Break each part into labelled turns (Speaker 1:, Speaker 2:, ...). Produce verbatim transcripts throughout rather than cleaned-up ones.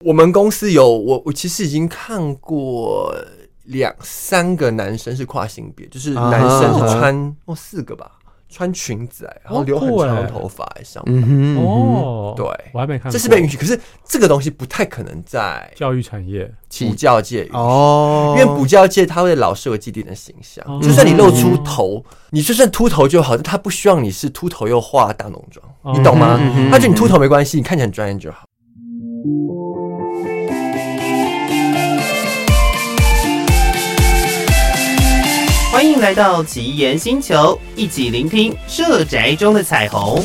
Speaker 1: 我们公司有我我其实已经看过两三个男生是跨性别，就是男生是穿、uh-huh. 哦四个吧，穿裙子哎，然后留很长的头发在上面。嗯
Speaker 2: 哦，
Speaker 1: 对，
Speaker 2: 我还没看过，
Speaker 1: 这是被允许，可是这个东西不太可能在
Speaker 2: 教育产业、
Speaker 1: 补教界允许哦，因为补教界他会老是有既定的形象，哦、就算你露出头，你就算秃头就好，但他不希望你是秃头又化大浓妆，哦、你懂吗？嗯、他觉得你秃头没关系，你看起来很专业就好。
Speaker 3: 欢迎来到奇岩星球，一起聆听社宅中的彩虹。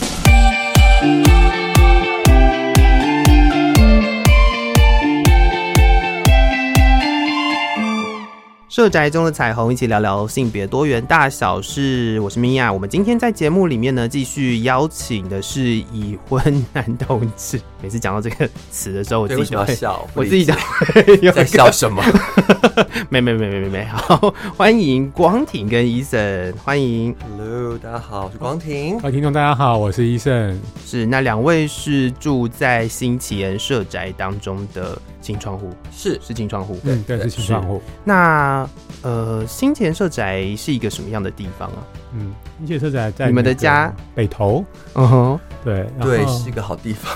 Speaker 3: 社宅中的彩虹，一起聊聊性别多元大小事。我是米娅，我们今天在节目里面呢，继续邀请的是已婚男同志。每次讲到这个词的时候，我自己
Speaker 1: 就要笑，
Speaker 3: 我自己讲
Speaker 1: 在笑什么？
Speaker 3: 没没没没没没，好，欢迎光庭跟伊森，欢迎。
Speaker 1: Hello， 大家好，我是光庭。
Speaker 2: 各位听众大家好，我是伊森。
Speaker 3: 是，那两位是住在新奇人社宅当中的青创户，
Speaker 1: 是
Speaker 3: 是青创户，
Speaker 2: 嗯，对，是青创户。
Speaker 3: 那呃，新奇人社宅是一个什么样的地方啊？
Speaker 2: 嗯，新奇人社宅在
Speaker 3: 你们的家
Speaker 2: 北投，
Speaker 3: 嗯哼，
Speaker 2: 对
Speaker 1: 对，是一个好地方。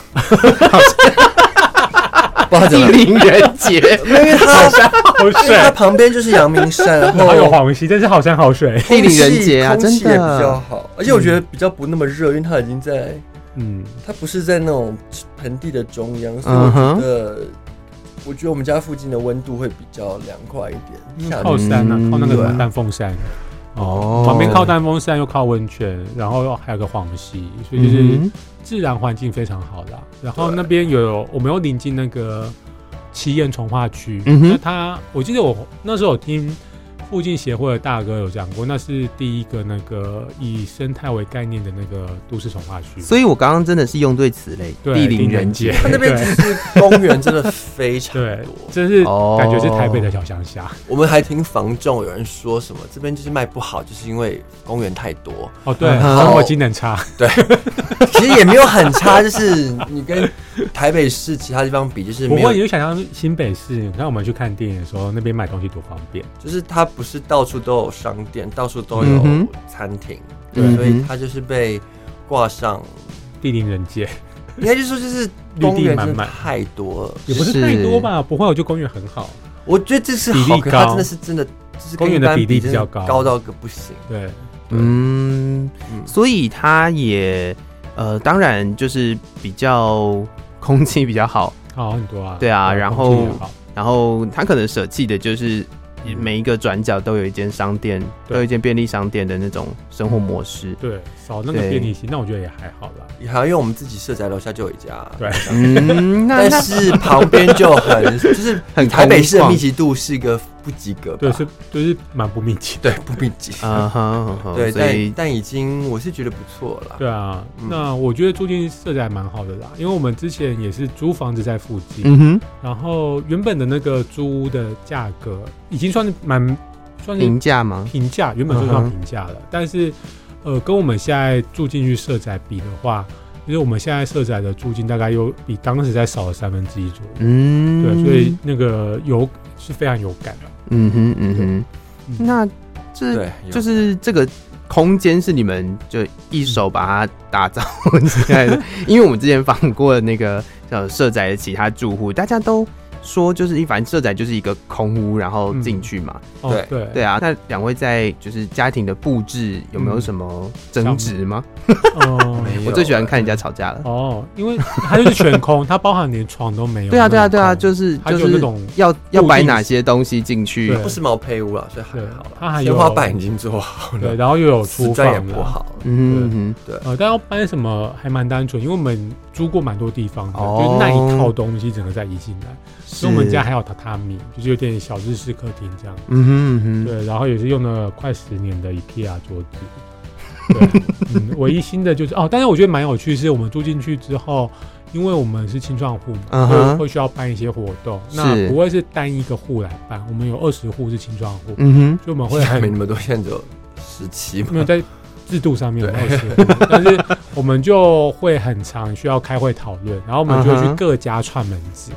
Speaker 3: 地灵人杰，
Speaker 1: 因为它
Speaker 2: 好水，
Speaker 1: 它旁边就是阳明山，然后
Speaker 2: 还有黄溪，真是好山好水，
Speaker 3: 地灵人杰啊，
Speaker 1: 真的空气也比较好，而且我觉得比较不那么热，因为它已经在，嗯，它不是在那种盆地的中央，所以我觉得，我觉得我们家附近的温度会比较凉快一点。
Speaker 2: 靠山啊，靠那个丹凤山。哦，旁边靠丹凤山又靠温泉，然后还有个黄溪，所以就是自然环境非常好的。然后那边有我们又临近那个奇岩重化区，嗯、那他我记得我那时候有听附近协会的大哥有讲过，那是第一个那个以生态为概念的那个都市重化区。
Speaker 3: 所以我刚刚真的是用对词嘞，地灵人杰。
Speaker 1: 他那边其实公园真的非常多，
Speaker 2: 真是感觉是台北的小乡下。
Speaker 1: 我们还听房仲有人说什么这边就是卖不好，就是因为公园太多。
Speaker 2: 哦，对，生活机能差。
Speaker 1: 对，其实也没有很差，就是你跟台北市其他地方比，就是没有。
Speaker 2: 不过你就想象新北市，你看我们去看电影的时候，那边买东西多方便，
Speaker 1: 就是它不是到处都有商店，到处都有餐厅，嗯、所以它就是被挂上
Speaker 2: 地灵人杰。
Speaker 1: 应该就是说，就是公园真的太多了，
Speaker 2: 也不是太多吧？不会，我觉得公园很好。
Speaker 1: 我觉得这是好，可它真的是真的，就是
Speaker 2: 公园的比例比较高，
Speaker 1: 高到个不行。
Speaker 2: 对，
Speaker 3: 嗯，所以它也呃，当然就是比较空气比较好，
Speaker 2: 好很多啊。
Speaker 3: 对啊，然后然后它可能舍弃的就是每一个转角都有一间商店，都有一间便利商店的那种生活模式。
Speaker 2: 对，少那个便利性，那我觉得也还好啦。
Speaker 1: 也还好，因为我们自己社宅楼下就有一家。
Speaker 2: 对，
Speaker 3: 嗯，
Speaker 1: 但是旁边就很就是很台北市的密集度是一个不及格吧。
Speaker 2: 对，是就是蛮不密集。
Speaker 1: 对，不密集。啊哈，对，但但已经我是觉得不错了。
Speaker 2: 对啊，嗯、那我觉得租金社宅蛮好的啦，因为我们之前也是租房子在附近，嗯哼，然后原本的那个租屋的价格已经算是蛮算是
Speaker 3: 平价吗？
Speaker 2: 平价，原本就算平价了，嗯、但是呃，跟我们现在住进去社宅比的话，其实我们现在社宅的租金大概又比当时再少了三分之一左右。嗯，对，所以那个有是非常有感的。
Speaker 3: 嗯哼，嗯哼，嗯那这就是这个空间是你们就一手把它打造起来的，因为我们之前访过的那个呃社宅的其他住户，大家都说就是一反正社宅就是一个空屋，然后进去嘛。
Speaker 2: 嗯、对对
Speaker 3: 对啊，那两位在就是家庭的布置有没有什么争执吗？
Speaker 2: 哦，
Speaker 3: 我最喜欢看人家吵架了。
Speaker 2: 哦，因为它就是全空，它包含连床都没有。
Speaker 3: 对啊对啊对啊，就是就是那种要要摆哪些东西进去，
Speaker 1: 不是毛坯屋啦，所以还好啦。
Speaker 2: 它还有
Speaker 1: 天花板已经做好了，
Speaker 2: 对，然后又有厨房
Speaker 1: 也不好，
Speaker 3: 嗯嗯
Speaker 1: 对。
Speaker 2: 呃，但要搬什么还蛮单纯，因为我们租过蛮多地方的，就是那一套东西整个再移进来。所以我们家还有榻榻米，就是有点小日式客厅这样。嗯哼嗯哼，对，然后也是用了快十年的 IKEA 桌子。对，嗯，唯一新的就是哦，但是我觉得蛮有趣，是我们住进去之后，因为我们是青创户嘛，所以、uh-huh. 会需要办一些活动，那不会是单一个户来办，我们有二十户是青创户，嗯哼，所以我们会很
Speaker 1: 没那么多，现在只有十七，
Speaker 2: 没有在制度上面有二十户，但是我们就会很常需要开会讨论，然后我们就会去各家串门子。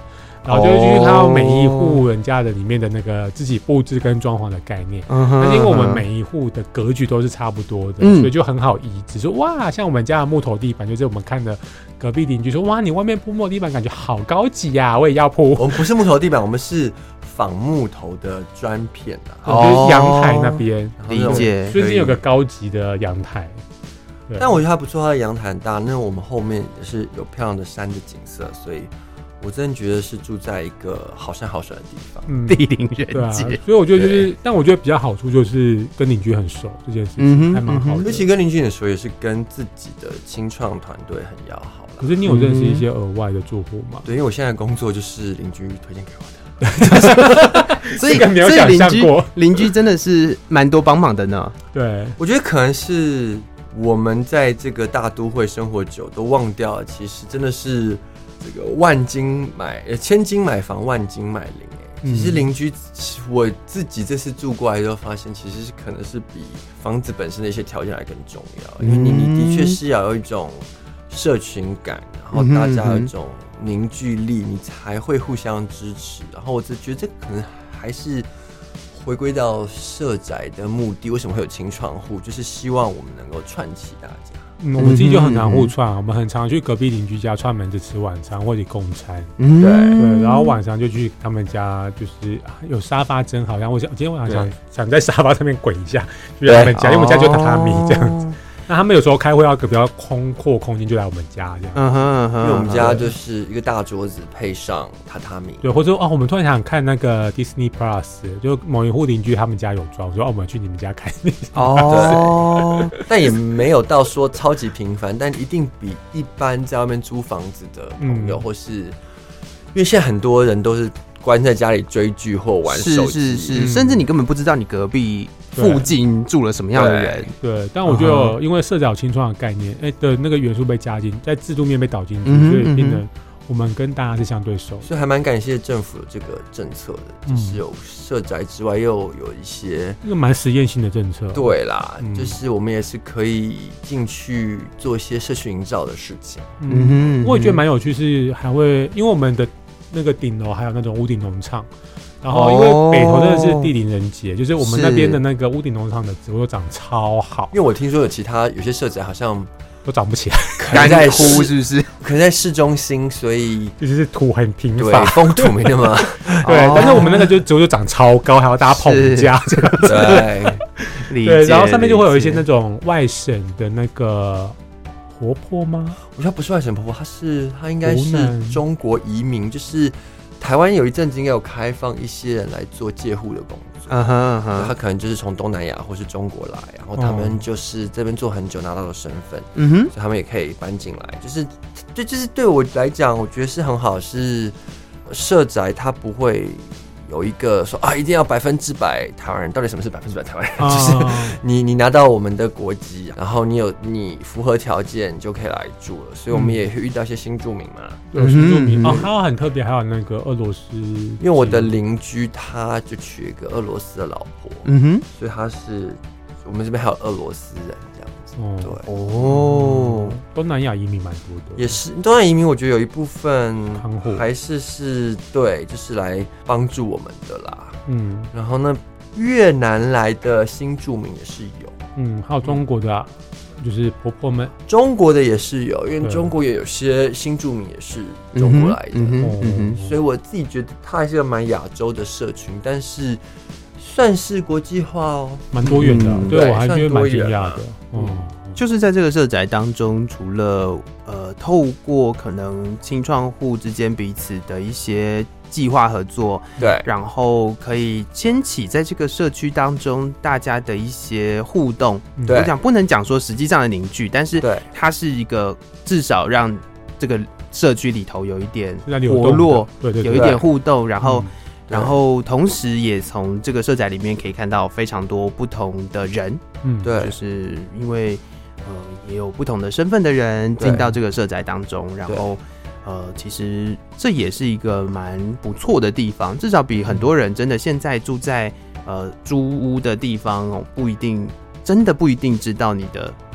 Speaker 2: 然后就去看到每一户人家的里面的那个自己布置跟装潢的概念。但是因为我们每一户的格局都是差不多的，嗯、所以就很好移植。说哇，像我们家的木头地板，就是我们看的隔壁邻居说哇，你外面铺木头地板感觉好高级呀、啊，我也要铺。
Speaker 1: 我们不是木头地板，我们是仿木头的砖片啊，
Speaker 2: 哦、就是阳台那边
Speaker 3: 理解。
Speaker 2: 最近有个高级的阳台。
Speaker 1: 但我觉得还不错，它的阳台很大，那我们后面也是有漂亮的山的景色，所以我真的觉得是住在一个好山好水的地方，
Speaker 3: 嗯、地灵人杰、
Speaker 2: 啊。所以我觉得就是，但我觉得比较好处就是跟邻居很熟这件事情，嗯、还蛮好的。
Speaker 1: 尤其跟邻居很熟，也是跟自己的青创团队很要好啦。
Speaker 2: 可是你有认识一些额外的住户吗？
Speaker 1: 对，因为我现在的工作就是邻居推荐给我的。
Speaker 3: 所以
Speaker 2: 没有想象过，
Speaker 3: 邻居真的是蛮多帮忙的呢。
Speaker 2: 对，
Speaker 1: 我觉得可能是我们在这个大都会生活久，都忘掉了，其实真的是这个万金买呃千金买房，万金买邻。其实邻居，我自己这次住过来之后发现，其实是可能是比房子本身的一些条件来更重要，因为你你的确是要有一种社群感，然后大家有一种凝聚力，你才会互相支持。然后我就觉得这可能还是回归到社宅的目的，为什么会有青创户，就是希望我们能够串起大家。
Speaker 2: 嗯，我们自己就很常互串，我们很常去隔壁邻居家串门子吃晚餐或者共餐。
Speaker 3: 嗯，
Speaker 2: 对对，然后晚上就去他们家，就是有沙发真好，像我想今天晚上想想在沙发上面滚一下，去他们家，因为我们家就榻榻米这样子。那他们有时候开会要个比较空阔空间，就来我们家这样。
Speaker 3: 嗯哼，因
Speaker 1: 为我们家就是一个大桌子配上榻榻米。
Speaker 2: 对，或者哦，我们突然想看那个 Disney Plus， 就某一户邻居他们家有装，我说哦，我们去你们家看。
Speaker 1: 哦，但也没有到说超级频繁，但一定比一般在外面租房子的朋友，嗯、或是因为现在很多人都是关在家里追剧或玩手机，
Speaker 3: 是是是，嗯、甚至你根本不知道你隔壁附近住了什么样的人。
Speaker 2: 对，对但我觉得因为社宅青创的概念，哎、欸、的那个元素被加进，在制度面被导进去，嗯、所以变得我们跟大家是相对熟，
Speaker 1: 所以还蛮感谢政府的这个政策的，就是有社宅之外，又有一些
Speaker 2: 一个蛮实验性的政策。
Speaker 1: 对啦，嗯、就是我们也是可以进去做一些社区营造的事情。
Speaker 2: 嗯哼，我也觉得蛮有趣，是还会因为我们的那个顶楼还有那种屋顶农场。然后，因为北投真的是地灵人杰，哦、就是我们那边的那个屋顶农场的植物都长超好。
Speaker 1: 因为我听说有其他有些社宅好像
Speaker 2: 都长不起来，
Speaker 1: 可能在
Speaker 3: 湖是不是？
Speaker 1: 可能在市中心，所以
Speaker 2: 就是土很平
Speaker 1: 凡，对，风土没那么
Speaker 2: 对。但是我们那个就植物就长超高，还要大家捧家这样子。
Speaker 1: 对，
Speaker 2: 对，然后上面就会有一些那种外省的那个婆婆吗？
Speaker 1: 我觉得不是外省婆婆，她是她应该是中国移民，就是。台湾有一阵子应该有开放一些人来做介护的工作，嗯哼哼，他可能就是从东南亚或是中国来，然后他们就是这边做很久拿到了身份，嗯哼，所以他们也可以搬进来，就是就就是对我来讲，我觉得是很好，是社宅它不会有一个说啊，一定要百分之百台湾人。到底什么是百分之百台湾人？哦、就是你你拿到我们的国籍，然后你有你符合条件，你就可以来住了。所以我们也会遇到一些新住民嘛，
Speaker 2: 有、嗯、新住民、嗯、哦，还有很特别，还有那个俄罗斯，因
Speaker 1: 为我的邻居他就娶一个俄罗斯的老婆，嗯哼，所以他是我们这边还有俄罗斯人这样子。哦，对
Speaker 2: 哦，东南亚移民蛮多的，
Speaker 1: 也是东南亚移民，我觉得有一部分还是是对，就是来帮助我们的啦。嗯，然后呢，越南来的新住民也是有，
Speaker 2: 嗯，还有中国的啊，就是婆婆们，
Speaker 1: 中国的也是有，因为中国也有些新住民也是中国来的，嗯哼嗯哼，所以我自己觉得它还是个蛮亚洲的社群，但是算是国际化哦，
Speaker 2: 蛮多元的、啊嗯，对我还觉得蛮惊讶的。嗯，
Speaker 3: 就是在这个社宅当中，除了呃透过可能青创户之间彼此的一些计划合作，
Speaker 1: 对，
Speaker 3: 然后可以牵起在这个社区当中大家的一些互动。对，我讲不能讲说实际上的凝聚，但是它是一个至少让这个社区里头有一点活络，
Speaker 2: 对对对，
Speaker 3: 有一点互动，然后。嗯然后，同时也从这个社宅里面可以看到非常多不同的人，
Speaker 1: 嗯，对，
Speaker 3: 就是因为呃也有不同的身份的人进到这个社宅当中，然后呃其实这也是一个蛮不错的地方，至少比很多人真的现在住在呃租屋的地方哦，不一定真的不一定知道你的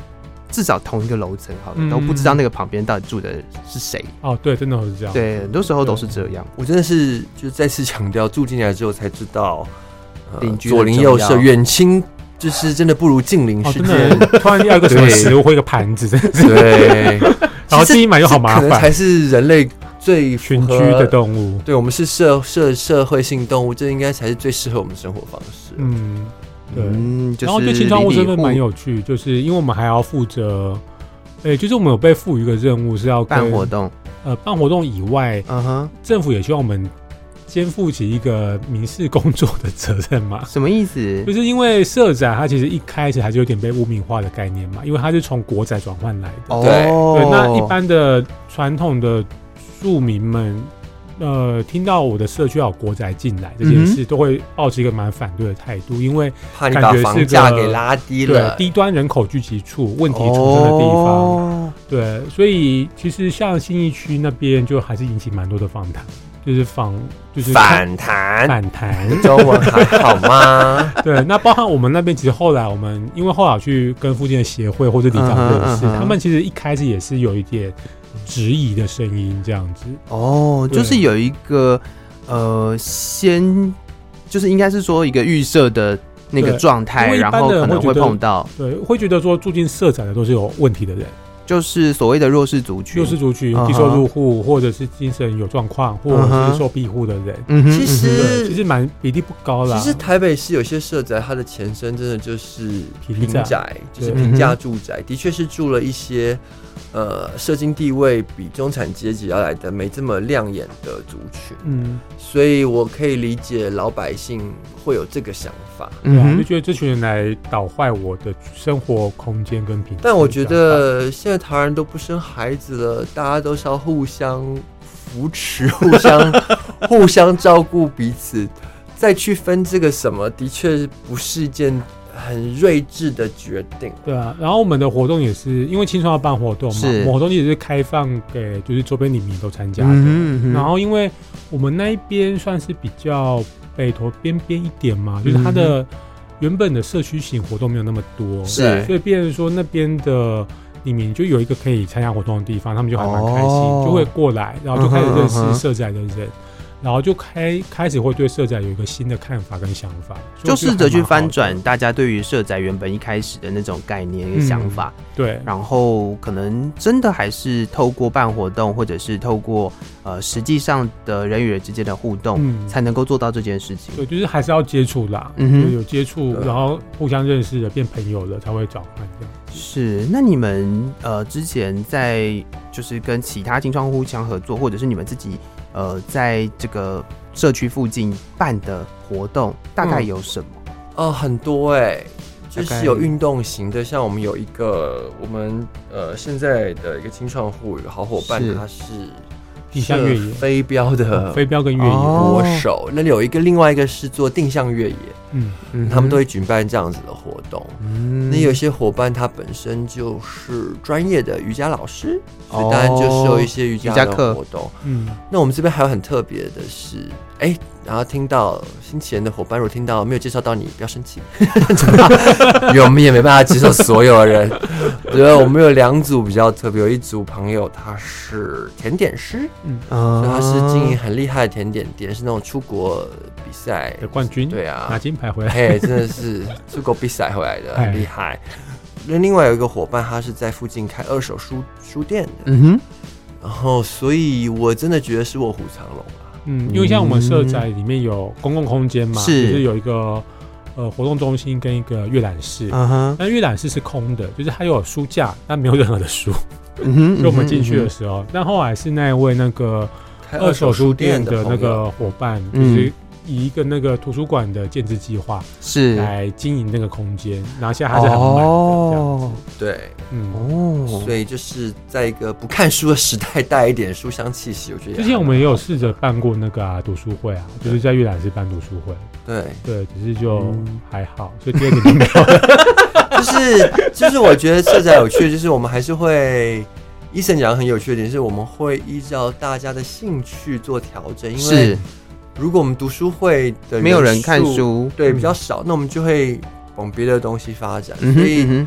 Speaker 3: 至少同一个楼层好了、嗯、都不知道那个旁边到底住的是谁。
Speaker 2: 哦，对，真的是这样。
Speaker 3: 对，很多时候都是这样。
Speaker 1: 我真的是就再次强调，住进来之后才知道，邻、呃、左邻右舍、远亲。就是真的不如近邻世界、
Speaker 2: 哦，突然要一个什么食物或一个盘子，
Speaker 1: 对，
Speaker 2: 然后自己买又好麻烦，
Speaker 1: 可能才是人类最
Speaker 2: 群居的动物。
Speaker 1: 对，我们是社社社会性动物，这应该才是最适合我们生活方式。
Speaker 2: 嗯，对。
Speaker 3: 嗯就是、
Speaker 2: 然后对青创户身份蛮有趣，就是因为我们还要负责，诶、欸，就是我们有被赋予一个任务，是要跟
Speaker 3: 办活动。
Speaker 2: 呃，办活动以外，嗯哼，政府也希望我们肩负起一个民事工作的责任嘛？
Speaker 3: 什么意思？
Speaker 2: 就是因为社宅它其实一开始还是有点被污名化的概念嘛，因为它是从国宅转换来的。
Speaker 1: 哦、
Speaker 2: 对对，那一般的传统的住民们，呃，听到我的社区要有国宅进来这件事，嗯、都会抱持一个蛮反对的态度，因为
Speaker 1: 怕你把房价给拉低了，
Speaker 2: 对，低端人口聚集处、问题出生的地方。哦、对，所以其实像信义区那边就还是引起蛮多的访谈。就是访，就是
Speaker 1: 反弹，
Speaker 2: 反弹，
Speaker 1: 中文还好吗？
Speaker 2: 对，那包含我们那边，其实后来我们因为后来去跟附近的协会或者里长认识， uh-huh, uh-huh. 他们其实一开始也是有一点质疑的声音，这样子。
Speaker 3: 哦，就是有一个呃，先就是应该是说一个预设的那个状态，然后可能会碰到，
Speaker 2: 对，会觉得说住进社宅的都是有问题的人。
Speaker 3: 就是所谓的弱势族群，
Speaker 2: 弱势族群、低收入户，或者是精神有状况，或者是受庇护的人，
Speaker 1: 嗯、其实
Speaker 2: 其实蛮比例不高啦。
Speaker 1: 其实台北市有些社宅，它的前身真的就是平宅，就是平价住宅，的确是住了一些呃社经地位比中产阶级要来的没这么亮眼的族群。嗯，所以我可以理解老百姓会有这个想法，
Speaker 2: 对啊，就觉得这群人来捣坏我的生活空间跟品质。
Speaker 1: 但我觉得现在台湾人都不生孩子了，大家都是要互相扶持、互相互相照顾彼此，再去分这个什么，的确不是一件很睿智的决定。
Speaker 2: 对啊，然后我们的活动也是因为青创要办活动嘛，我们活动也是开放给就是周边里民都参加的、嗯嗯。然后因为我们那一边算是比较北投边边一点嘛，就是它的原本的社区型活动没有那么多，
Speaker 3: 是，
Speaker 2: 所以变成说那边的里面就有一个可以参加活动的地方，他们就还蛮开心、哦，就会过来，然后就开始认识社宅的人。嗯然后就开开始会对社宅有一个新的看法跟想法，
Speaker 3: 就试着去翻转大家对于社宅原本一开始的那种概念跟想法、
Speaker 2: 嗯。对，
Speaker 3: 然后可能真的还是透过办活动，或者是透过呃实际上的人与人之间的互动、嗯，才能够做到这件事情。
Speaker 2: 对，就是还是要接触啦，嗯哼，有接触，然后互相认识了，变朋友了，才会转换这样。
Speaker 3: 是，那你们呃之前在就是跟其他青创户相合作，或者是你们自己。呃，在这个社区附近办的活动大概有什么？
Speaker 1: 哦、嗯呃，很多哎、欸，就是有运动型的，像我们有一个我们呃现在的一个青创户有个好伙伴，他是
Speaker 2: 定向越野
Speaker 1: 飞镖的、
Speaker 2: 哦、飞镖跟越野
Speaker 1: 国手、哦，那里有一个另外一个是做定向越野，嗯嗯，他们都会举办这样子的活动。嗯，那有些伙伴他本身就是专业的瑜伽老师，所以当然就是有一些瑜伽的活动。嗯，那我们这边还有很特别的是，哎、欸，然后听到新奇人的伙伴，如果听到没有介绍到你，不要生气，因为我们也没办法接受所有的人。对，我们有两组比较特别，有一组朋友他是甜点师。嗯，所以他是经营很厉害的甜点店，是那种出国比赛
Speaker 2: 的冠军，
Speaker 1: 对啊，
Speaker 2: 拿金牌回来，
Speaker 1: 嘿，真的是出国比赛回来的，很厉害。那另外有一个伙伴，他是在附近开二手书书店的，嗯哼，然后所以我真的觉得是卧虎藏龙啊，
Speaker 2: 嗯，因为像我们社宅里面有公共空间嘛，
Speaker 3: 是，
Speaker 2: 就是有一个呃活动中心跟一个阅览室，嗯哼，但阅览室是空的，就是它有书架，但没有任何的书。嗯哼，就我们进去的时候、嗯，但后来是那一位那个二手书店的那个伙伴，就是以一个那个图书馆的建制计划
Speaker 3: 是
Speaker 2: 来经营那个空间，然后现在还是很满的这样子。
Speaker 1: 哦，对，嗯，哦，所以就是在一个不看书的时代，带一点书香气息，我觉得。
Speaker 2: 之前我们也有试着办过那个、啊、读书会啊，就是在阅览室办读书会。
Speaker 1: 对
Speaker 2: 对，只是就还好，所以第二个就没有了。
Speaker 1: 就是就是，我觉得社宅有趣的，就是我们还是会，医生讲很有趣的点是，我们会依照大家的兴趣做调整。因为如果我们读书会的
Speaker 3: 没有人看书，
Speaker 1: 对比较少，那我们就会往别的东西发展。嗯、所以、嗯、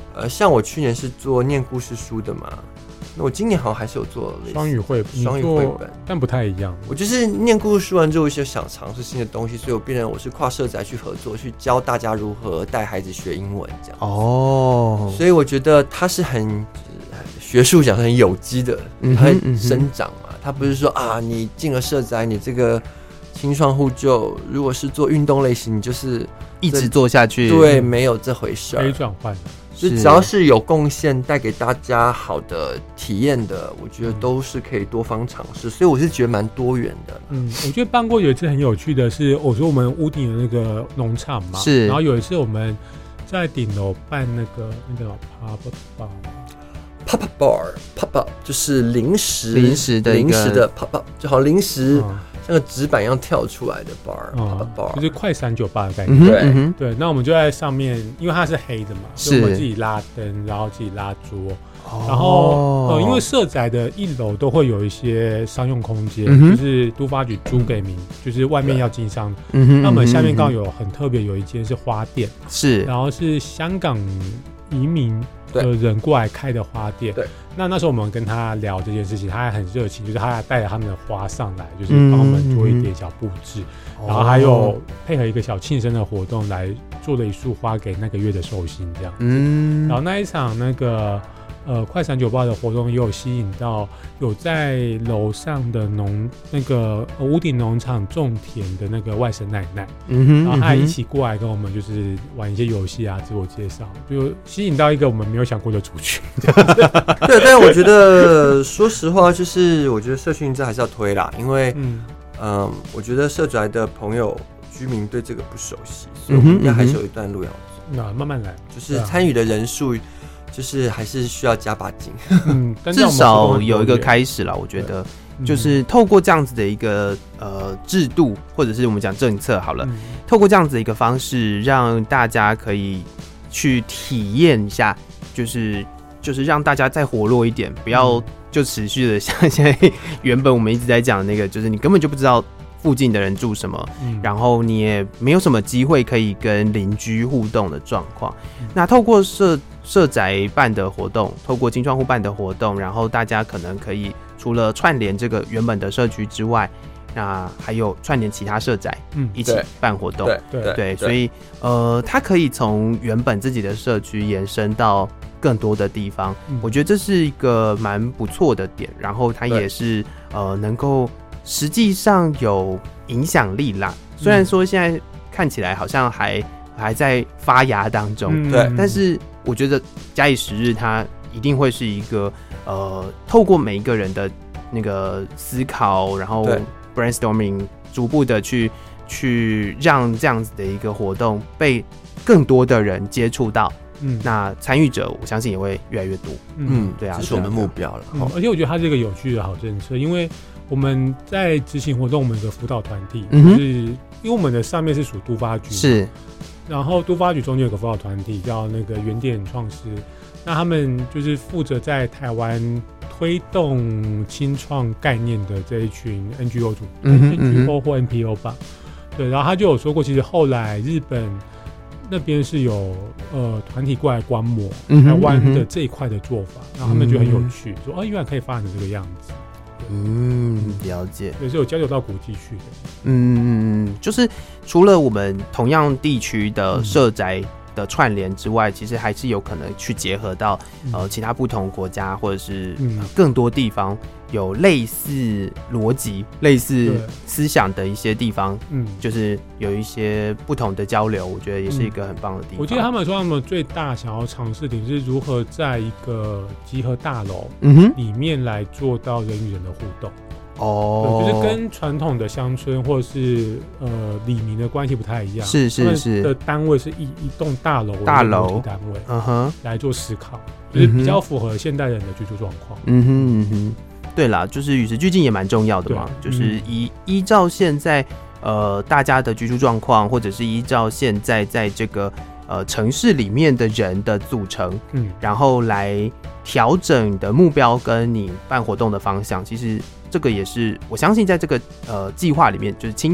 Speaker 1: 呃，像我去年是做念故事书的嘛，那我今年好像还是有做
Speaker 2: 双语绘
Speaker 1: 双语绘本，
Speaker 2: 但不太一样。
Speaker 1: 我就是念故事书完之后，我就想尝试新的东西，所以我变成我是跨社宅去合作，去教大家如何带孩子学英文这样。哦，所以我觉得它是很学术讲是很有机的，它会生长嘛。它不是说啊，你进了社宅，你这个青创户就如果是做运动类型，你就是
Speaker 3: 一直做下去，
Speaker 1: 对，没有这回事，
Speaker 2: 可以转换的。
Speaker 1: 就只要是有贡献带给大家好的体验的，我觉得都是可以多方尝试，所以我是觉得蛮多元的。
Speaker 2: 嗯，我觉得办过有一次很有趣的是，我说我们屋顶的那个农场嘛，
Speaker 3: 是，
Speaker 2: 然后有一次我们在顶楼办那个那个 pop up
Speaker 1: bar，pop up bar，pop up 就是临时
Speaker 3: 临时的
Speaker 1: 临时的 pop up， 就好像临时。嗯，像个纸板一样跳出来的 bar，
Speaker 2: 嗯
Speaker 1: bar
Speaker 2: 就是快闪酒吧的概念。
Speaker 1: 对、
Speaker 2: 嗯、对，那我们就在上面，因为它是黑的嘛，所以我们自己拉灯，然后自己拉桌，哦、然后呃，因为社宅的一楼都会有一些商用空间，嗯、就是都发局租给民，就是外面要经商。嗯、那我们下面刚好有很特别，有一间是花店，
Speaker 3: 是，
Speaker 2: 然后是香港移民的人过来开的花店。
Speaker 1: 对。
Speaker 2: 那那时候我们跟他聊这件事情，他还很热情，就是他还带着他们的花上来，就是帮我们做一点小布置，嗯、然后还有配合一个小庆生的活动来做了一束花给那个月的寿星这样子。嗯，然后那一场那个呃快闪酒吧的活动也有吸引到有在楼上的农那个屋顶农场种田的那个外甥奶奶，嗯哼，然后他还一起过来跟我们就是玩一些游戏啊，自我介绍，就吸引到一个我们没有想过的族群。
Speaker 1: 对，但是我觉得说实话，就是我觉得社群这还是要推啦，因为嗯、呃，我觉得社宅的朋友居民对这个不熟悉，所以我们应该还是有一段路要走。
Speaker 2: 那、嗯、慢慢来，
Speaker 1: 就是参与的人数。就是还是需要加把劲，
Speaker 3: 嗯，至少有一个开始啦。我觉得，就是透过这样子的一个呃制度，或者是我们讲政策好了，嗯、透过这样子的一个方式，让大家可以去体验一下，就是就是让大家再活络一点，不要就持续的像现在原本我们一直在讲的那个，就是你根本就不知道附近的人住什么，嗯、然后你也没有什么机会可以跟邻居互动的状况。嗯、那透过社社宅办的活动，透过青创户办的活动，然后大家可能可以除了串联这个原本的社区之外，那还有串联其他社宅，嗯，一起办活动，
Speaker 1: 对对 对,
Speaker 3: 对，所以呃，它可以从原本自己的社区延伸到更多的地方，嗯、我觉得这是一个蛮不错的点，然后它也是呃能够实际上有影响力啦。虽然说现在看起来好像还还在发芽当中，对、嗯，但是我觉得假以时日，它一定会是一个呃，透过每一个人的那个思考，然后 brainstorming， 逐步的去去让这样子的一个活动被更多的人接触到。嗯，那参与者我相信也会越来越多。
Speaker 1: 嗯，对啊，这是我们目标了、
Speaker 2: 嗯。而且我觉得它是一个有趣的好政策，因为我们在执行活动，我们有个辅导团体，嗯、就是因为我们的上面是属都发局，
Speaker 3: 是。
Speaker 2: 然后都发局中间有个辅导团体叫那个原点创师，那他们就是负责在台湾推动青创概念的这一群 N G O 组，嗯 N G O 或 N P O 吧。对，然后他就有说过，其实后来日本那边是有呃团体过来观摩台湾的这一块的做法，然后他们觉得很有趣，说哦，原来可以发展成这个样子。
Speaker 3: 嗯，了解，
Speaker 2: 也是有交流到国际去的。
Speaker 3: 嗯，就是除了我们同样地区的社宅的串联之外，嗯、其实还是有可能去结合到、嗯、呃其他不同国家或者是、嗯呃、更多地方有类似逻辑、类似思想的一些地方，嗯，就是有一些不同的交流，我觉得也是一个很棒的地方。
Speaker 2: 我记得他们说他们最大想要尝试点是如何在一个集合大楼里面来做到人与人的互动。哦，就是跟传统的乡村或者是呃里民的关系不太一样，
Speaker 3: 是是是，
Speaker 2: 的单位是一一栋大楼
Speaker 3: 大楼
Speaker 2: 单位，
Speaker 3: 嗯哼，
Speaker 2: 来做思考，就是比较符合现代人的居住状况。
Speaker 3: 嗯哼嗯哼，对啦，就是与时俱进也蛮重要的嘛，就是依依照现在呃大家的居住状况，或者是依照现在在这个呃城市里面的人的组成，嗯，然后来调整你的目标跟你办活动的方向，其实。这个也是我相信在这个呃计划里面，就是青创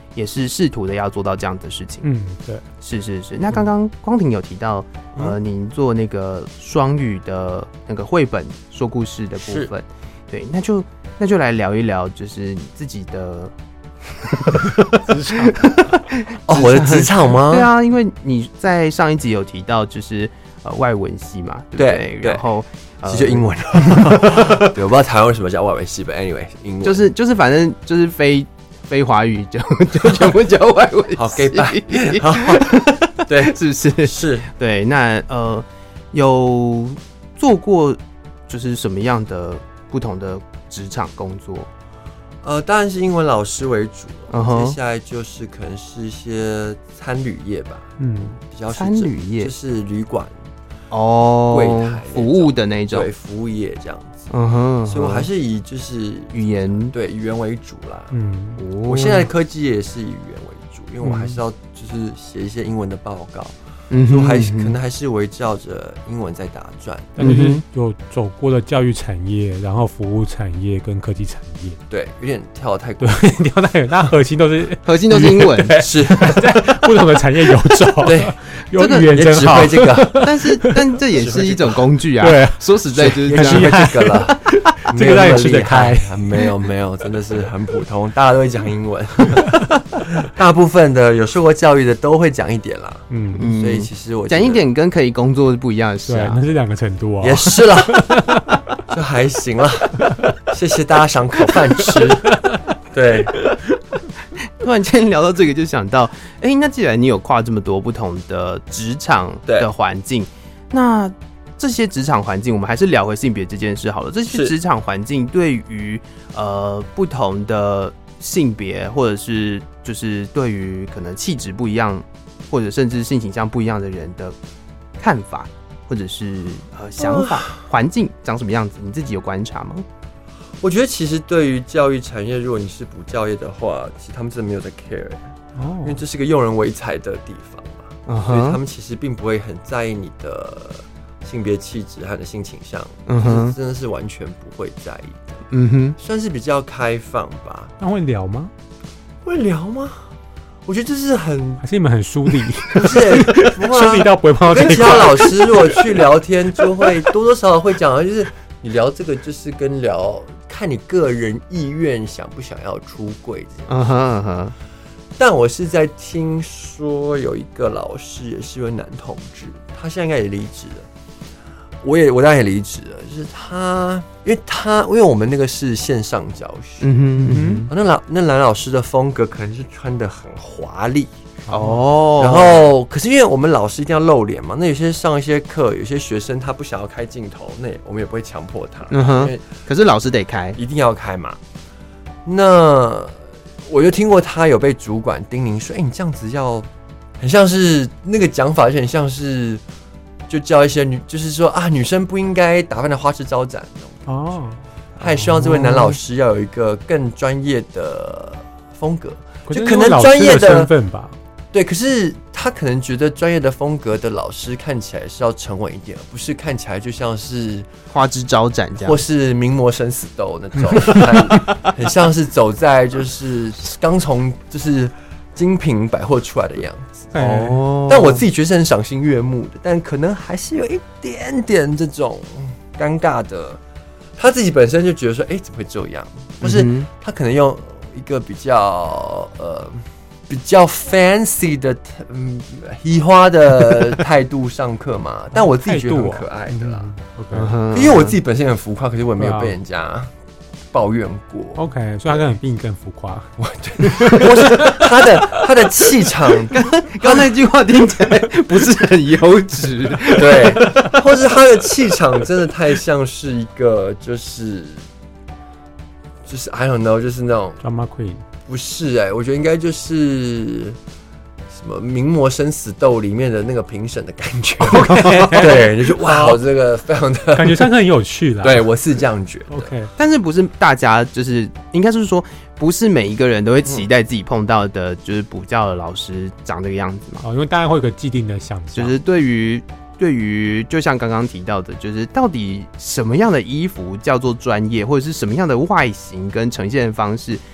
Speaker 3: 也是试图的要做到这样的事情。
Speaker 2: 嗯，对，
Speaker 3: 是是是。那刚刚光庭有提到，呃，您做那个双语的那个绘本说故事的部分，对，那就那就来聊一聊，就是你自己的
Speaker 1: 职场哦，我的职场吗？
Speaker 3: 对啊，因为你在上一集有提到，就是呃外文系嘛，对不对？对，然后。
Speaker 1: 其实就英文了，对，我不知道台湾为什么叫外文系，but anyway， 英文
Speaker 3: 就是就是反正就是非非华语就就全部叫外文系。
Speaker 1: 好 ，gay 拜，对，
Speaker 3: 是不是？
Speaker 1: 是，
Speaker 3: 对。那呃，有做过就是什么样的不同的职场工作？
Speaker 1: 呃，当然是英文老师为主，
Speaker 3: uh-huh.
Speaker 1: 接下来就是可能是一些餐旅业吧，
Speaker 2: 嗯，
Speaker 1: 比较是
Speaker 3: 餐旅业
Speaker 1: 就是旅馆。
Speaker 3: 哦，
Speaker 1: 柜台
Speaker 3: 服务的那种，
Speaker 1: 对，服务业这样子，
Speaker 3: 嗯哼，
Speaker 1: 所以我还是以就是
Speaker 3: 语言，
Speaker 1: 对语言为主啦。
Speaker 2: 嗯，
Speaker 1: 我现在的科技也是以语言为主，因为我还是要就是写一些英文的报告，嗯，所以我还可能还是围绕着英文在打转。
Speaker 2: 但就是有走过的教育产业，然后服务产业跟科技产业，
Speaker 1: 对，有点跳得太过，
Speaker 2: 跳太远，那核心都是
Speaker 3: 核心都是英文，
Speaker 1: 是
Speaker 2: 在不同的产业游走，
Speaker 1: 对。
Speaker 2: 有语言真好，
Speaker 1: 这个，
Speaker 3: 但是但这也是一种工具啊。
Speaker 2: 对，
Speaker 3: 说实在就是
Speaker 1: 只会这个了，
Speaker 2: 这个让你吃得开。
Speaker 1: 没有没有，真的是很普通，大家都会讲英文。大部分的有受过教育的都会讲一点啦。嗯嗯，所以其实我
Speaker 3: 讲一点跟可以工作是不一样的事啊，
Speaker 2: 那是两个程度啊。
Speaker 1: 也是啦，就还行啦。谢谢大家赏口饭吃。对。
Speaker 3: 突然间聊到这个，就想到，哎、欸，那既然你有跨这么多不同的职场的环境，那这些职场环境，我们还是聊回性别这件事好了。这些职场环境对于呃不同的性别，或者是就是对于可能气质不一样，或者甚至性倾向不一样的人的看法，或者是呃想法，环、哦、境长什么样子，你自己有观察吗？
Speaker 1: 我觉得其实对于教育产业，如果你是补教业的话，其实他们真的没有在 care，、哦、因为这是个用人唯才的地方嘛， uh-huh. 所以他们其实并不会很在意你的性别气质和你的性倾向，嗯哼，真的是完全不会在意的，嗯哼，算是比较开放吧。
Speaker 2: 那会聊吗？
Speaker 1: 会聊吗？我觉得这是很，
Speaker 2: 还是你们很疏离？
Speaker 1: 不是，不会、啊，
Speaker 2: 疏离到不会碰到这一块。
Speaker 1: 跟其他老师如果去聊天，就会多多少少会讲的，就是你聊这个，就是跟聊。看你个人意愿想不想要出柜这样， uh-huh, uh-huh. 但我是在听说有一个老师也是位男同志，他现在应该也离职了，我也我当然也离职了，就是他，因为他因为我们那个是线上教学，嗯哼嗯哼，那老那男老师的风格可能是穿得很华丽。哦，然后可是因为我们老师一定要露脸嘛，那有些上一些课，有些学生他不想要开镜头，那我们也不会强迫他。嗯哼，因为
Speaker 3: 可是老师得开，
Speaker 1: 一定要开嘛。那我就听过他有被主管叮咛说：“哎、欸，你这样子要很像是那个讲法，就很像是就教一些女，就是说啊，女生不应该打扮的花枝招展那种。”哦，他也希望这位男老师要有一个更专业的风格，就可能专业的
Speaker 2: 身份吧。
Speaker 1: 对，可是他可能觉得专业的风格的老师看起来是要沉稳一点，而不是看起来就像是
Speaker 3: 花枝招展这样，
Speaker 1: 或是名模生死斗那种，很, 很像是走在就是刚从就是精品百货出来的样子。哦，但我自己觉得是很赏心悦目的，但可能还是有一点点这种尴尬的。他自己本身就觉得说，哎、欸，怎么会这样？或是他可能用一个比较呃。比较 fancy 的嗯移花的态度上课嘛，但我自己觉得很可爱的啦。嗯、okay, 因为我自己本身很浮夸，可是我也没有被人家抱怨过。
Speaker 2: OK， 所以他可能比你更浮夸。
Speaker 1: 我我是他的他的气场，
Speaker 3: 刚刚那句话听起来不是很优质，
Speaker 1: 对，或是他的气场真的太像是一个就是就是 I don't know， 就是那种
Speaker 2: drama queen。
Speaker 1: 不是哎、欸，我觉得应该就是什么名模生死斗里面的那个评审的感觉。Okay. 对，就是哇，这个非常的
Speaker 2: 感觉上很有趣啦。
Speaker 1: 对，我是这样觉得。
Speaker 2: OK，
Speaker 3: 但是不是大家就是应该是说，不是每一个人都会期待自己碰到的，就是补教的老师长这个样子嘛？
Speaker 2: 哦，因为大家会有个既定的想象，
Speaker 3: 就是对于对于，就像刚刚提到的，就是到底什么样的衣服叫做专业，或者是什么样的外形跟呈现方式。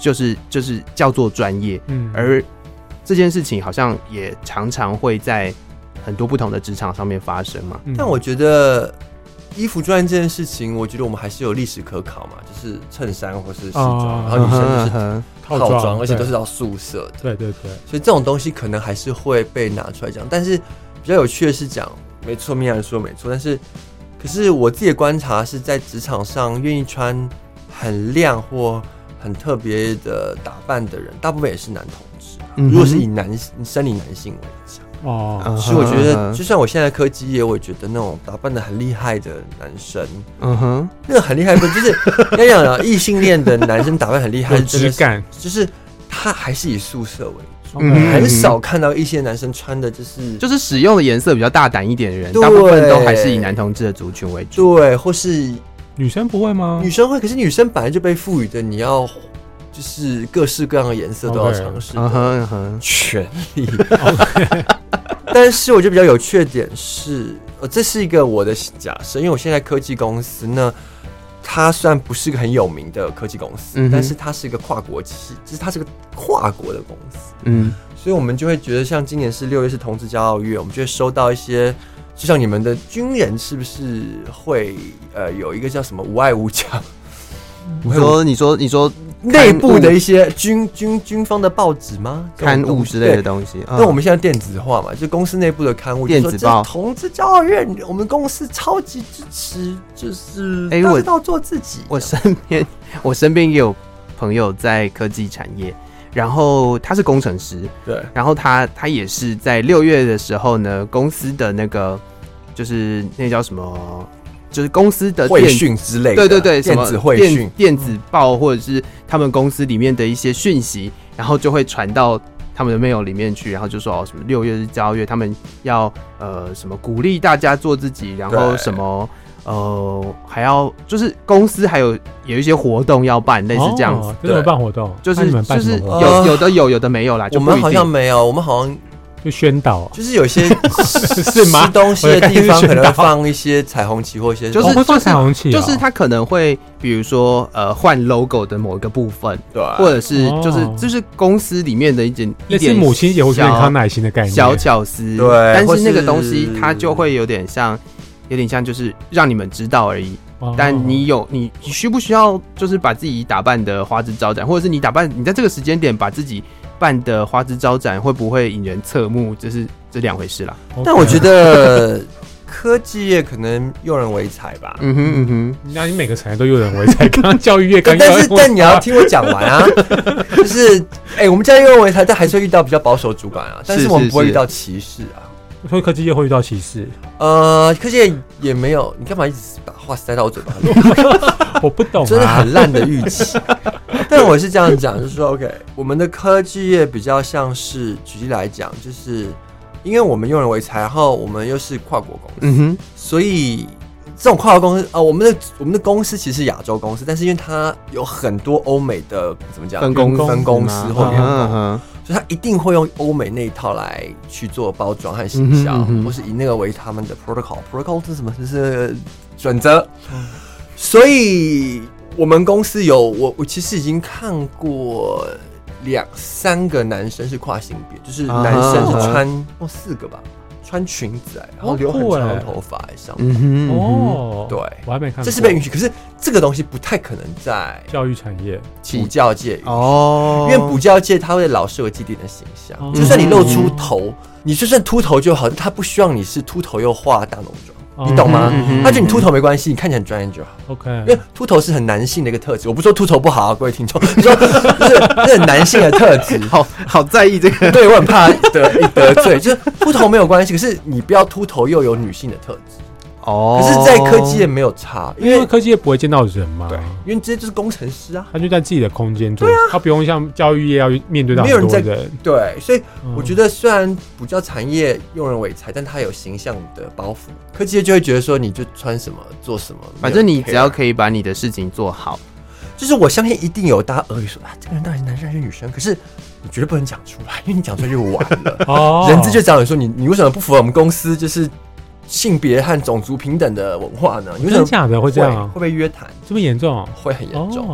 Speaker 3: 就是就是叫做专业，嗯，而这件事情好像也常常会在很多不同的职场上面发生嘛。
Speaker 1: 但我觉得衣服专业这件事情，我觉得我们还是有历史可考嘛，就是衬衫或是西装，哦、然后女生就是套装，而且都是到宿舍的。
Speaker 2: 对对对，
Speaker 1: 所以这种东西可能还是会被拿出来讲。但是比较有趣的是讲，没错，米娅说没错，但是可是我自己的观察是在职场上愿意穿很亮或很特别的打扮的人，大部分也是男同志。嗯、如果是以男生理男性为讲。哦，所以我觉得，就像我现在科技业，我也觉得那种打扮的很厉害的男生，嗯哼，那个很厉害，不就是要讲啊，异性恋的男生打扮很厉害，
Speaker 2: 质感，
Speaker 1: 就是他还是以宿舍为主，嗯，很少看到异性男生穿的就是
Speaker 3: 就是使用的颜色比较大胆一点的人，大部分都还是以男同志的族群为主，
Speaker 1: 对，或是
Speaker 2: 女生不会吗？
Speaker 1: 女生会，可是女生本来就被赋予的，你要。就是各式各样的颜色都要尝试的权利， okay. 但是我觉得比较有趣的点是，呃，这是一个我的假设，因为我现在科技公司呢，它虽然不是个很有名的科技公司，嗯、但是它是一个跨国企，就是它是个跨国的公司，嗯，所以我们就会觉得，像今年是六月是同志骄傲月，我们就会收到一些，就像你们的军人是不是会呃有一个叫什么无爱无奖？
Speaker 3: 你说你说你说
Speaker 1: 内部的一些军军军方的报纸吗？
Speaker 3: 刊物之类的东西。
Speaker 1: 那、嗯、我们现在电子化嘛，就公司内部的刊物，
Speaker 3: 电子报。
Speaker 1: 同志骄傲月，我们公司超级支持，就是大家都要做自己。
Speaker 3: 我身边我身边也有朋友在科技产业，然后他是工程师，
Speaker 1: 对，
Speaker 3: 然后他他也是在六月的时候呢，公司的那个就是那叫什么？就是公司的
Speaker 1: 会讯之类的，
Speaker 3: 对对对，
Speaker 1: 电子会讯、
Speaker 3: 电子报或者是他们公司里面的一些讯息，然后就会传到他们的 mail 里面去，然后就说哦，什么六月是骄傲月，他们要呃什么鼓励大家做自己，然后什么呃还要就是公司还有有一些活动要办，类似这样子，
Speaker 2: 哦、真的办活动，
Speaker 3: 就是就是有有的有有的没有啦，就
Speaker 1: 我们好像没有，我们好像。
Speaker 2: 就宣导，
Speaker 1: 就是有些吃东西的地方可能会放一些彩虹旗或一些，
Speaker 3: 就是
Speaker 2: 会放彩虹旗，
Speaker 3: 就是他可能会比如说呃换 logo 的某一个部分，
Speaker 1: 对，
Speaker 3: 或者是就是就是公司里面的一点一点
Speaker 2: 母亲节或者康乃馨的概念，
Speaker 3: 小巧思，
Speaker 1: 对，
Speaker 3: 但是那个东西它就会有点像，有点像就是让你们知道而已。但你有你需不需要就是把自己打扮的花枝招展，或者是你打扮你在这个时间点把自己扮的花枝招展，会不会引人侧目？这是这两回事啦。
Speaker 1: Okay. 但我觉得科技业可能用人为才吧。
Speaker 3: 嗯哼嗯哼，
Speaker 2: 那你每个产业都用人为才，刚刚教育业刚
Speaker 1: 但是但你要听我讲完啊，就是哎、欸，我们家用人为才，但还是会遇到比较保守主管啊，但是我们不会遇到歧视啊。
Speaker 2: 所以科技业会遇到歧视？
Speaker 1: 呃，科技业也没有，你干嘛一直把话塞到我嘴巴里？
Speaker 2: 我不懂、啊，
Speaker 1: 真的很烂的预期。但我是这样讲，就是说 ，OK， 我们的科技业比较像是，举例来讲，就是因为我们用人为才，然后我们又是跨国公司，嗯哼，所以这种跨国公司啊、呃，我们的我们的公司其实是亚洲公司，但是因为它有很多欧美的怎么讲
Speaker 3: 分公
Speaker 1: 分公司或员工。所以他一定会用欧美那一套来去做包装和行销，嗯嗯嗯，或是以那个为他们的 protocol。protocol 是什么？就是准则。嗯、所以我们公司有我，我其实已经看过两三个男生是跨性别，就是男生是穿哦四个吧。穿裙子哎，然后留很长的头发在上面。嗯哼，哦，对，
Speaker 2: 我还没看过，
Speaker 1: 这是被允许。可是这个东西不太可能在
Speaker 2: 教育产业、
Speaker 1: 补教界哦，因为补教界它会老是有既定的形象，哦、就算你露出头，嗯、你就算秃头就好，他不希望你是秃头又化大浓妆。你懂吗？他觉得你秃头没关系，你看起来很专业就好。
Speaker 2: OK，
Speaker 1: 因为秃头是很男性的一个特质。我不说秃头不好啊，各位听众，你说就是是很男性的特质，
Speaker 3: 好好在意这个。
Speaker 1: 对，我很怕得一得罪，就是秃头没有关系，可是你不要秃头又有女性的特质。哦，可是，在科技业没有差，
Speaker 2: 因为, 因为科技业不会见到人嘛。
Speaker 1: 对，因为这些就是工程师啊，
Speaker 2: 他就在自己的空间做，对啊，他不用像教育业要面对到很多人。没有人在
Speaker 1: 对，所以我觉得虽然补教产业用人为才，但他有形象的包袱。科技业就会觉得说，你就穿什么做什么，
Speaker 3: 反正你只要可以把你的事情做好。
Speaker 1: 就是我相信一定有大家耳语说啊，这个人到底是男生还是女生？可是你绝对不能讲出来，因为你讲出来就完了。哦，人资就找你说你你为什么不符合我们公司就是性别和种族平等的文化呢？你为什么
Speaker 2: 真假的会这样、啊？
Speaker 1: 会被约谈？
Speaker 2: 这么严重？
Speaker 1: 会很严重。哦，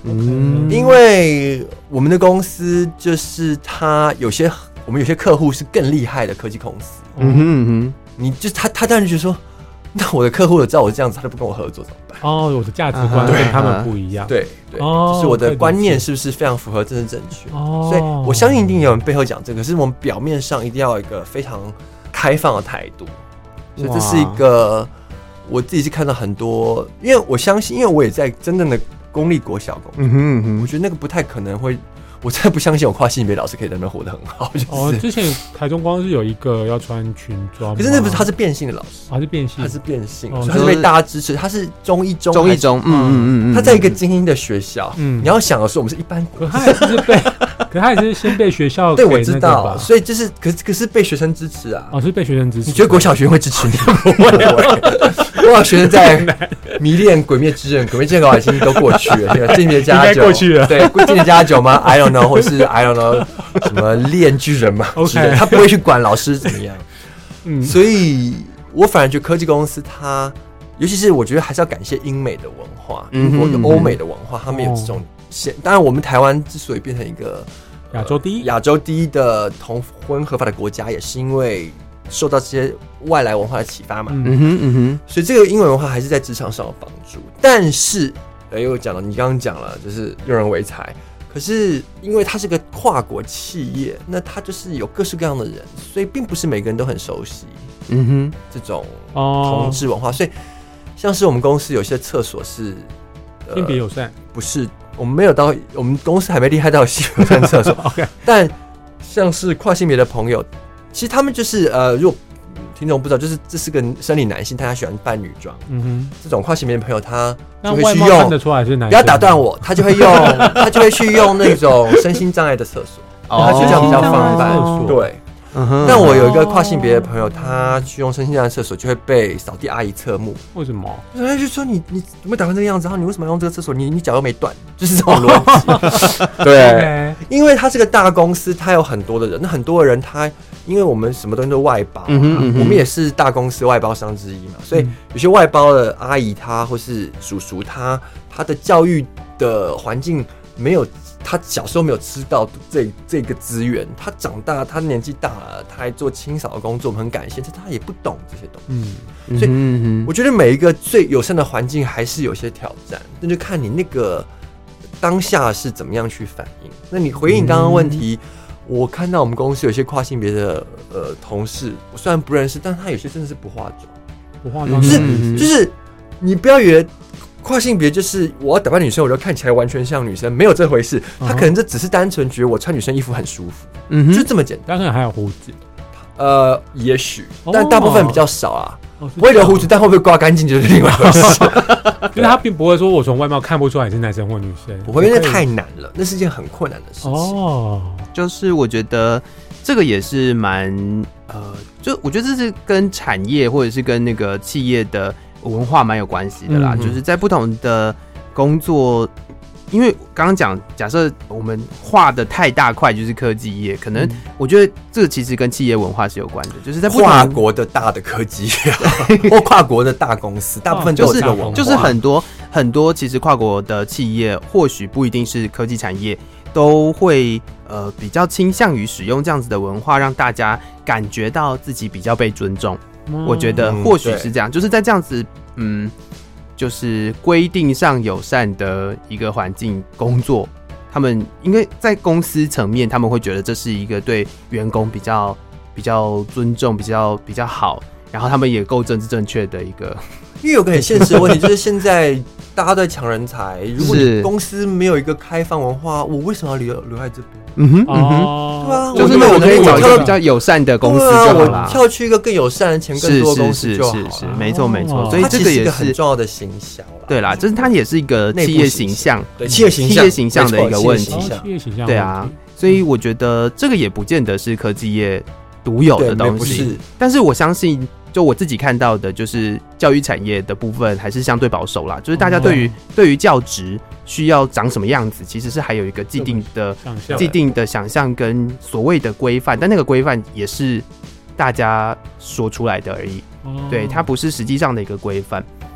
Speaker 1: 嗯，因为我们的公司就是它有些我们有些客户是更厉害的科技公司，嗯哼嗯哼，你就他他当然觉得说，那我的客户知道我这样子，他都不跟我合作怎么办？
Speaker 2: 哦，我的价值观跟他们不一样，
Speaker 1: 对对，哦、就是我的观念是不是非常符合政治正确？哦，所以我相信一定有人背后讲这个，可是我们表面上一定要有一个非常开放的态度，所以这是一个我自己是看到很多，因为我相信，因为我也在真正的公立国小工作，嗯哼嗯哼，我觉得那个不太可能会。我真的不相信有跨性别老师可以在那边活得很好。就是、
Speaker 2: 哦，之前台中光是有一个要穿裙装，
Speaker 1: 可是那不是他是变性的老师，
Speaker 2: 他是变性，
Speaker 1: 他是变性，哦、所以他是被大家支持。他是中一中，
Speaker 3: 中一中，嗯嗯嗯，
Speaker 1: 他在一个精英的学校。嗯，你要想的是，我们是一般，
Speaker 2: 可他也是被，可他也是先被学校
Speaker 1: 对我知道，所以就是可是可是被学生支持啊。
Speaker 2: 哦，是被学生支持。
Speaker 1: 你觉得国小学生会支持你？不会，国小学生在迷恋《鬼灭之刃》，《鬼灭之刃》已经都过去了，现在进阶加九
Speaker 2: 过去了，
Speaker 1: 对，进阶加九吗 ？I don't know， 或是 I don't know 什么炼巨人嘛 ？OK， 他不会去管老师怎么样。嗯，所以我反而觉得科技公司它，尤其是我觉得还是要感谢英美的文化，英国有欧美的文化，他们有这种现。当然，我们台湾之所以变成一个
Speaker 2: 亚洲第一、
Speaker 1: 亚洲第一的同婚合法的国家，也是因为受到这些外来文化的启发嘛。嗯哼嗯哼，所以这个英文文化还是在职场上有帮助。但是，哎，我讲了，你刚刚讲了，就是用人唯才。可是，因为它是个跨国企业，那它就是有各式各样的人，所以并不是每个人都很熟悉，嗯哼，这种同志文化。哦、所以，像是我们公司有些厕所是
Speaker 2: 性别友善，
Speaker 1: 不是我们没有到，我们公司还没厉害到性别友善厕所。OK， 但像是跨性别的朋友，其实他们就是呃，如果听众不知道，就是这是个生理男性，他喜欢扮女装。嗯哼，这种跨性别的朋友，他就会去用。
Speaker 2: 看得出来是男性。
Speaker 1: 不要打断我，他就会用，他就会去用那种身心障碍的厕所，哦、他觉得这样比较方便。对。嗯、但我有一个跨性别的朋友，他去用身心障碍厕所，就会被扫地阿姨侧目。
Speaker 2: 为什么？
Speaker 1: 他就说你你怎么打成这个样子？然后你为什么要用这个厕所？你你脚又没断，就是这种逻辑。对， okay. 因为他是个大公司，他有很多的人，那很多的人他，因为我们什么东西都外包、啊嗯嗯，我们也是大公司外包商之一嘛，所以有些外包的阿姨她或是叔叔他，他的教育的环境没有。他小时候没有吃到这这个资源，他长大，他年纪大了，他还做清扫的工作，我们很感谢，但他也不懂这些东西。嗯，所以我觉得每一个最友善的环境还是有些挑战，那就看你那个当下是怎么样去反应。那你回应刚刚问题，嗯、我看到我们公司有些跨性别的呃同事，我虽然不认识，但他有些真的是不化妆，
Speaker 2: 不化妆，
Speaker 1: 就是就是你不要以为。跨性别就是我要打扮女生，我就看起来完全像女生，没有这回事。他可能这只是单纯觉得我穿女生衣服很舒服，嗯，就这么简单。
Speaker 2: 当然还有胡子，
Speaker 1: 呃，也许，但大部分比较少啊。哦、不会留胡子，但会不会刮干净就是另外一回事。
Speaker 2: 就是他并不会说我从外貌看不出来是男生或女生，
Speaker 1: 不会，因为那太难了，那是件很困难的事情。
Speaker 3: 哦，就是我觉得这个也是蛮呃，就我觉得这是跟产业或者是跟那个企业的。文化蛮有关系的啦、嗯，就是在不同的工作，因为刚刚讲，假设我们画的太大块就是科技业，可能我觉得这个其实跟企业文化是有关的，就是在不同
Speaker 1: 跨国的大的科技业或跨国的大公司，大部分就是个文化，
Speaker 3: 就是很多很多其实跨国的企业，或许不一定是科技产业，都会呃比较倾向于使用这样子的文化，让大家感觉到自己比较被尊重。我觉得或许是这样、嗯，就是在这样子，嗯，就是规定上友善的一个环境工作，他们因为在公司层面，他们会觉得这是一个对员工比较比较尊重、比较比较好，然后他们也够政治正确的一个。
Speaker 1: 因为有个很现实的问题，就是现在大家都在抢人才，如果你公司没有一个开放文化，我为什么要留留在这边？嗯哼，嗯哼，对啊，
Speaker 3: 就是我可以找一个比较友善的公司就好了，
Speaker 1: 我跳去一个更友善、钱更多的公司就好了。
Speaker 3: 是是是，没错没错，所以这个也是
Speaker 1: 很重要的行销啦。
Speaker 3: 对啦，就是它也是一个企业形象，
Speaker 1: 对企业形
Speaker 3: 象、企业形象的一个问题。
Speaker 2: 企业形象，
Speaker 3: 对啊，所以我觉得这个也不见得是科技业独有的东西，但是我相信。就我自己看到的，就是教育产业的部分还是相对保守啦。就是大家对于、哦、对于教职需要长什么样子，其实是还有一个既定的既定的想象跟所谓的规范，但那个规范也是大家说出来的而已。哦、对，它不是实际上的一个规范。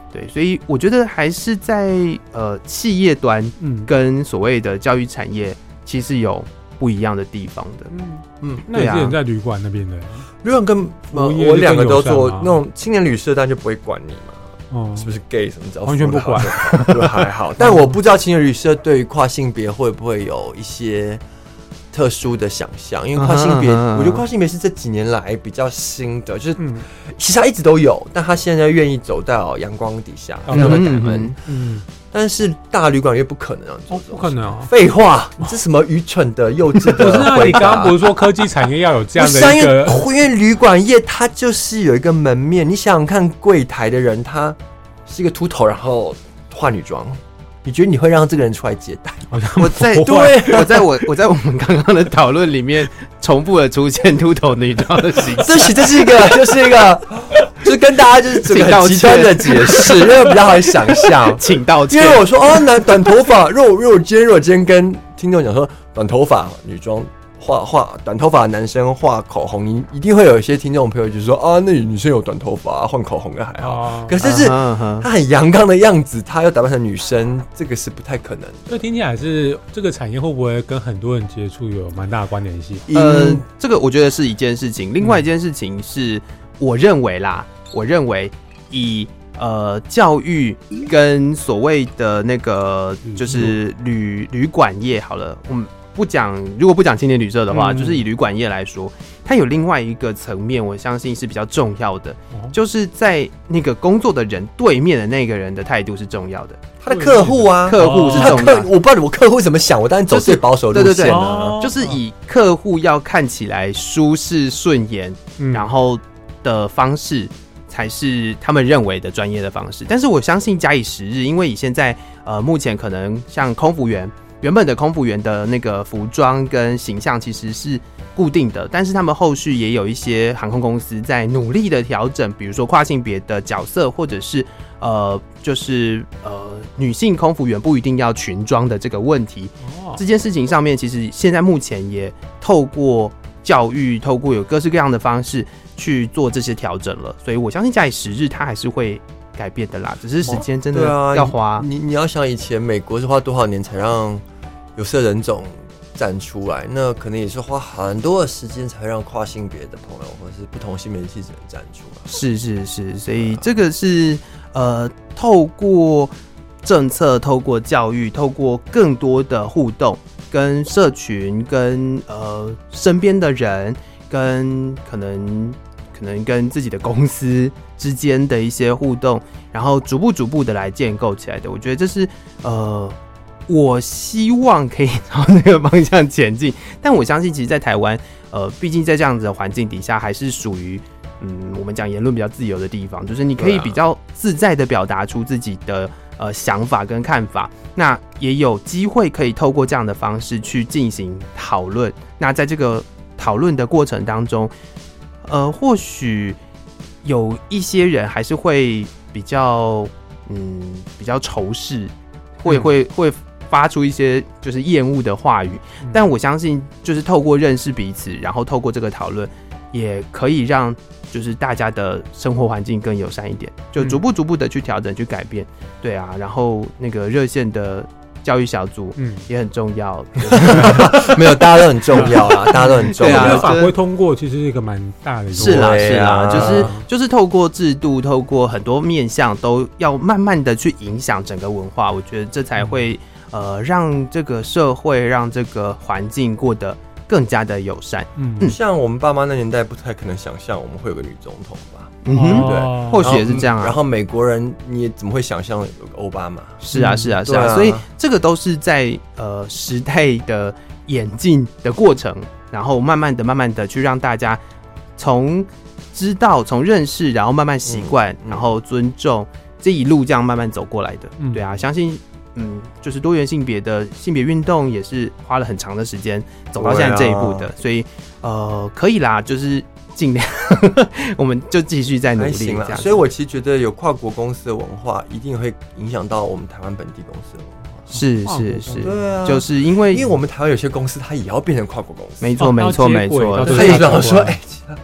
Speaker 3: 对，所以我觉得还是在呃企业端跟所谓的教育产业其实有不一样的地方的。嗯
Speaker 2: 嗯，那你之前在旅馆那边的，
Speaker 1: 旅馆跟、呃、我两个都做，那种青年旅社，但就不会管你嘛。哦，是不是 gay 什么只要
Speaker 2: 完全不管，
Speaker 1: 就还好。但我不知道青年旅社对于跨性别会不会有一些特殊的想象，因为跨性别，我觉得跨性别是这几年来比较新的，就是、嗯、其实他一直都有，但他现在愿意走到阳光底下，让他改门。嗯，但是大旅馆又不可能啊，
Speaker 2: 哦，不可能啊！
Speaker 1: 废话，你这什么愚蠢的、幼稚的回答？
Speaker 2: 不是，你刚刚不是说科技产业要有这样的一个？
Speaker 1: 因为旅馆业它就是有一个门面，你想想看，柜台的人他是一个秃头，然后化女装。你觉得你会让这个人出来接待？
Speaker 3: 我在对，我在我我在我们刚刚的讨论里面重复了出现秃头女装的形象。
Speaker 1: 这是这是一个，就是一个，就是跟大家就是整个很极端的解释，因为比较好想象。
Speaker 3: 请道歉。
Speaker 1: 因为我说哦，男短头发，如果如果今天如果今天跟听众讲说短头发女装。画画短头发的男生画口红，你一定会有一些听众朋友就说啊，那女生有短头发换口红的还好，哦、可是是她很阳刚的样子，她要打扮成女生，这个是不太可能的。
Speaker 2: 所以听起来是这个产业会不会跟很多人接触有蛮大的关联性？
Speaker 3: 嗯、呃，这个我觉得是一件事情，另外一件事情是，我认为啦，我认为以呃教育跟所谓的那个就是旅旅馆业好了，我们。不讲，如果不讲青年旅社的话，嗯、就是以旅馆业来说，它有另外一个层面，我相信是比较重要的，哦、就是在那个工作的人对面的那个人的态度是重要的。
Speaker 1: 他的客户啊，
Speaker 3: 客户是重要的。
Speaker 1: 我不知道我客户怎么想，我当然走最保守路线了。对对对，
Speaker 3: 哦、就是以客户要看起来舒适顺眼，嗯、然后的方式。才是他们认为的专业的方式，但是我相信假以时日，因为以现在呃目前可能像空服员原本的空服员的那个服装跟形象其实是固定的，但是他们后续也有一些航空公司在努力的调整，比如说跨性别的角色，或者是呃就是呃女性空服员不一定要裙装的这个问题，哦、这件事情上面，其实现在目前也透过教育，透过有各式各样的方式。去做这些调整了，所以我相信假以时日，它还是会改变的啦。只是时间真的要花。哦
Speaker 1: 啊、你你要想，以前美国是花多少年才让有色人种站出来？那可能也是花很多的时间才让跨性别的朋友或者是不同性别的气质人站出来。
Speaker 3: 是是是，所以这个是呃，透过政策、透过教育、透过更多的互动，跟社群、跟呃身边的人，跟可能。可能跟自己的公司之间的一些互动，然后逐步逐步的来建构起来的，我觉得这是呃，我希望可以朝那个方向前进。但我相信，其实，在台湾，呃，毕竟在这样子的环境底下，还是属于嗯，我们讲言论比较自由的地方，就是你可以比较自在的表达出自己的呃想法跟看法，那也有机会可以透过这样的方式去进行讨论。那在这个讨论的过程当中，呃，或许有一些人还是会比较，嗯，比较仇视，会会会发出一些就是厌恶的话语。嗯、但我相信，就是透过认识彼此，然后透过这个讨论，也可以让就是大家的生活环境更友善一点，就逐步逐步的去调整、去改变。对啊，然后那个热线的。教育小组嗯也很重要，
Speaker 1: 没有大家都很重要啊，大家都很重要。
Speaker 2: 对啊，法规通过其实是一个蛮大的，
Speaker 3: 是啦是啦，就是就是透过制度，透过很多面向，都要慢慢的去影响整个文化。我觉得这才会、嗯、呃让这个社会，让这个环境过得更加的友善。
Speaker 1: 嗯，嗯像我们爸妈那年代，不太可能想象我们会有个女总统吧。
Speaker 3: 嗯哼，对，或许也是这样啊。
Speaker 1: 然后美国人，你也怎么会想象有个奥巴马？
Speaker 3: 是啊，是啊，是啊。所以这个都是在呃时代的演进的过程，然后慢慢的、慢慢的去让大家从知道、从认识，然后慢慢习惯，嗯、然后尊重，这一路这样慢慢走过来的。嗯、对啊，相信嗯，就是多元性别的性别运动也是花了很长的时间走到现在这一步的，啊、所以呃，可以啦，就是。尽量，我们就继续在努力这样。
Speaker 1: 所以我其实觉得有跨国公司的文化，一定会影响到我们台湾本地公司的文化。
Speaker 3: 是是是，
Speaker 1: 对啊，
Speaker 3: 就是因为
Speaker 1: 因为我们台湾有些公司，它也要变成跨国公司。
Speaker 3: 没错没错没错，
Speaker 1: 他也想说，哎、欸，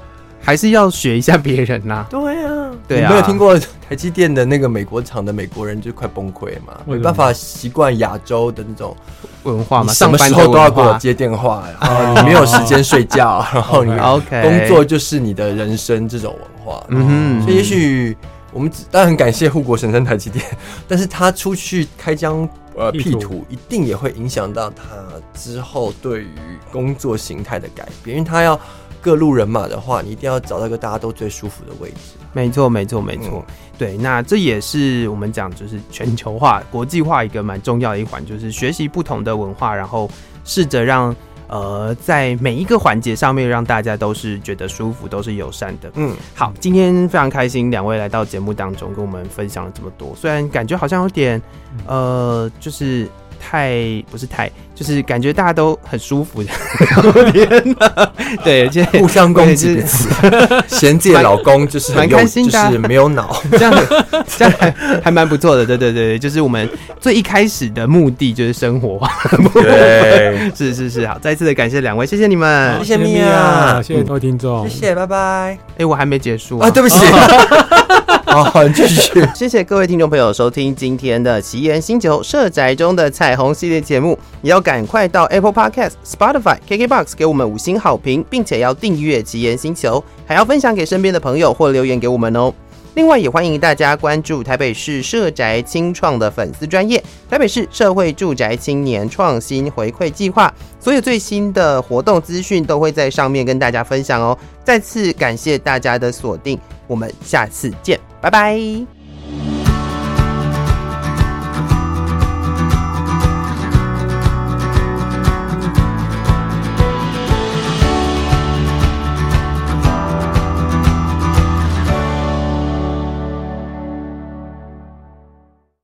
Speaker 3: 还是要学一下别人呐、啊。
Speaker 1: 对啊，
Speaker 3: 对啊，
Speaker 1: 你没有听过台积电的那个美国厂的美国人就快崩溃嘛，没办法习惯亚洲的那种
Speaker 3: 文化嘛，
Speaker 1: 什么时候都要给我接电话，然后你没有时间睡觉，然后你工作就是你的人生这种文化。嗯哼，所以也许我们当然很感谢护国神山台积电，但是他出去开疆呃辟土，一定也会影响到他之后对于工作形态的改变，因为他要各路人马的话，你一定要找到一个大家都最舒服的位置。
Speaker 3: 没错，没错，没错。嗯、对，那这也是我们讲就是全球化、国际化一个蛮重要的一环，就是学习不同的文化，然后试着让呃在每一个环节上面让大家都是觉得舒服，都是友善的。嗯，好，今天非常开心，两位来到节目当中跟我们分享了这么多，虽然感觉好像有点呃，就是太不是太。就是感觉大家都很舒服的，天哪！对，
Speaker 1: 互相攻击彼此，嫌自己的老公就是蛮开心的、啊，就是没有脑，
Speaker 3: 这样这样还还蛮不错的。对对对，就是我们最一开始的目的就是生活化。对，是是是，好，再次的感谢两位，谢谢你们，
Speaker 1: 谢谢米娅，
Speaker 2: 谢谢各位听众，
Speaker 1: 谢谢，拜拜。哎、
Speaker 3: 欸，我还没结束啊，
Speaker 1: 啊对不起。好，继续。
Speaker 3: 谢谢各位听众朋友收听今天的奇岩星球社宅中的彩虹系列节目，也要赶快到 Apple Podcast、Spotify、K K B O X 给我们五星好评，并且要订阅奇岩星球，还要分享给身边的朋友或留言给我们哦。另外也欢迎大家关注台北市社宅青创的粉丝专页，台北市社会住宅青年创新回馈计划，所有最新的活动资讯都会在上面跟大家分享哦。再次感谢大家的锁定，我们下次见，拜拜。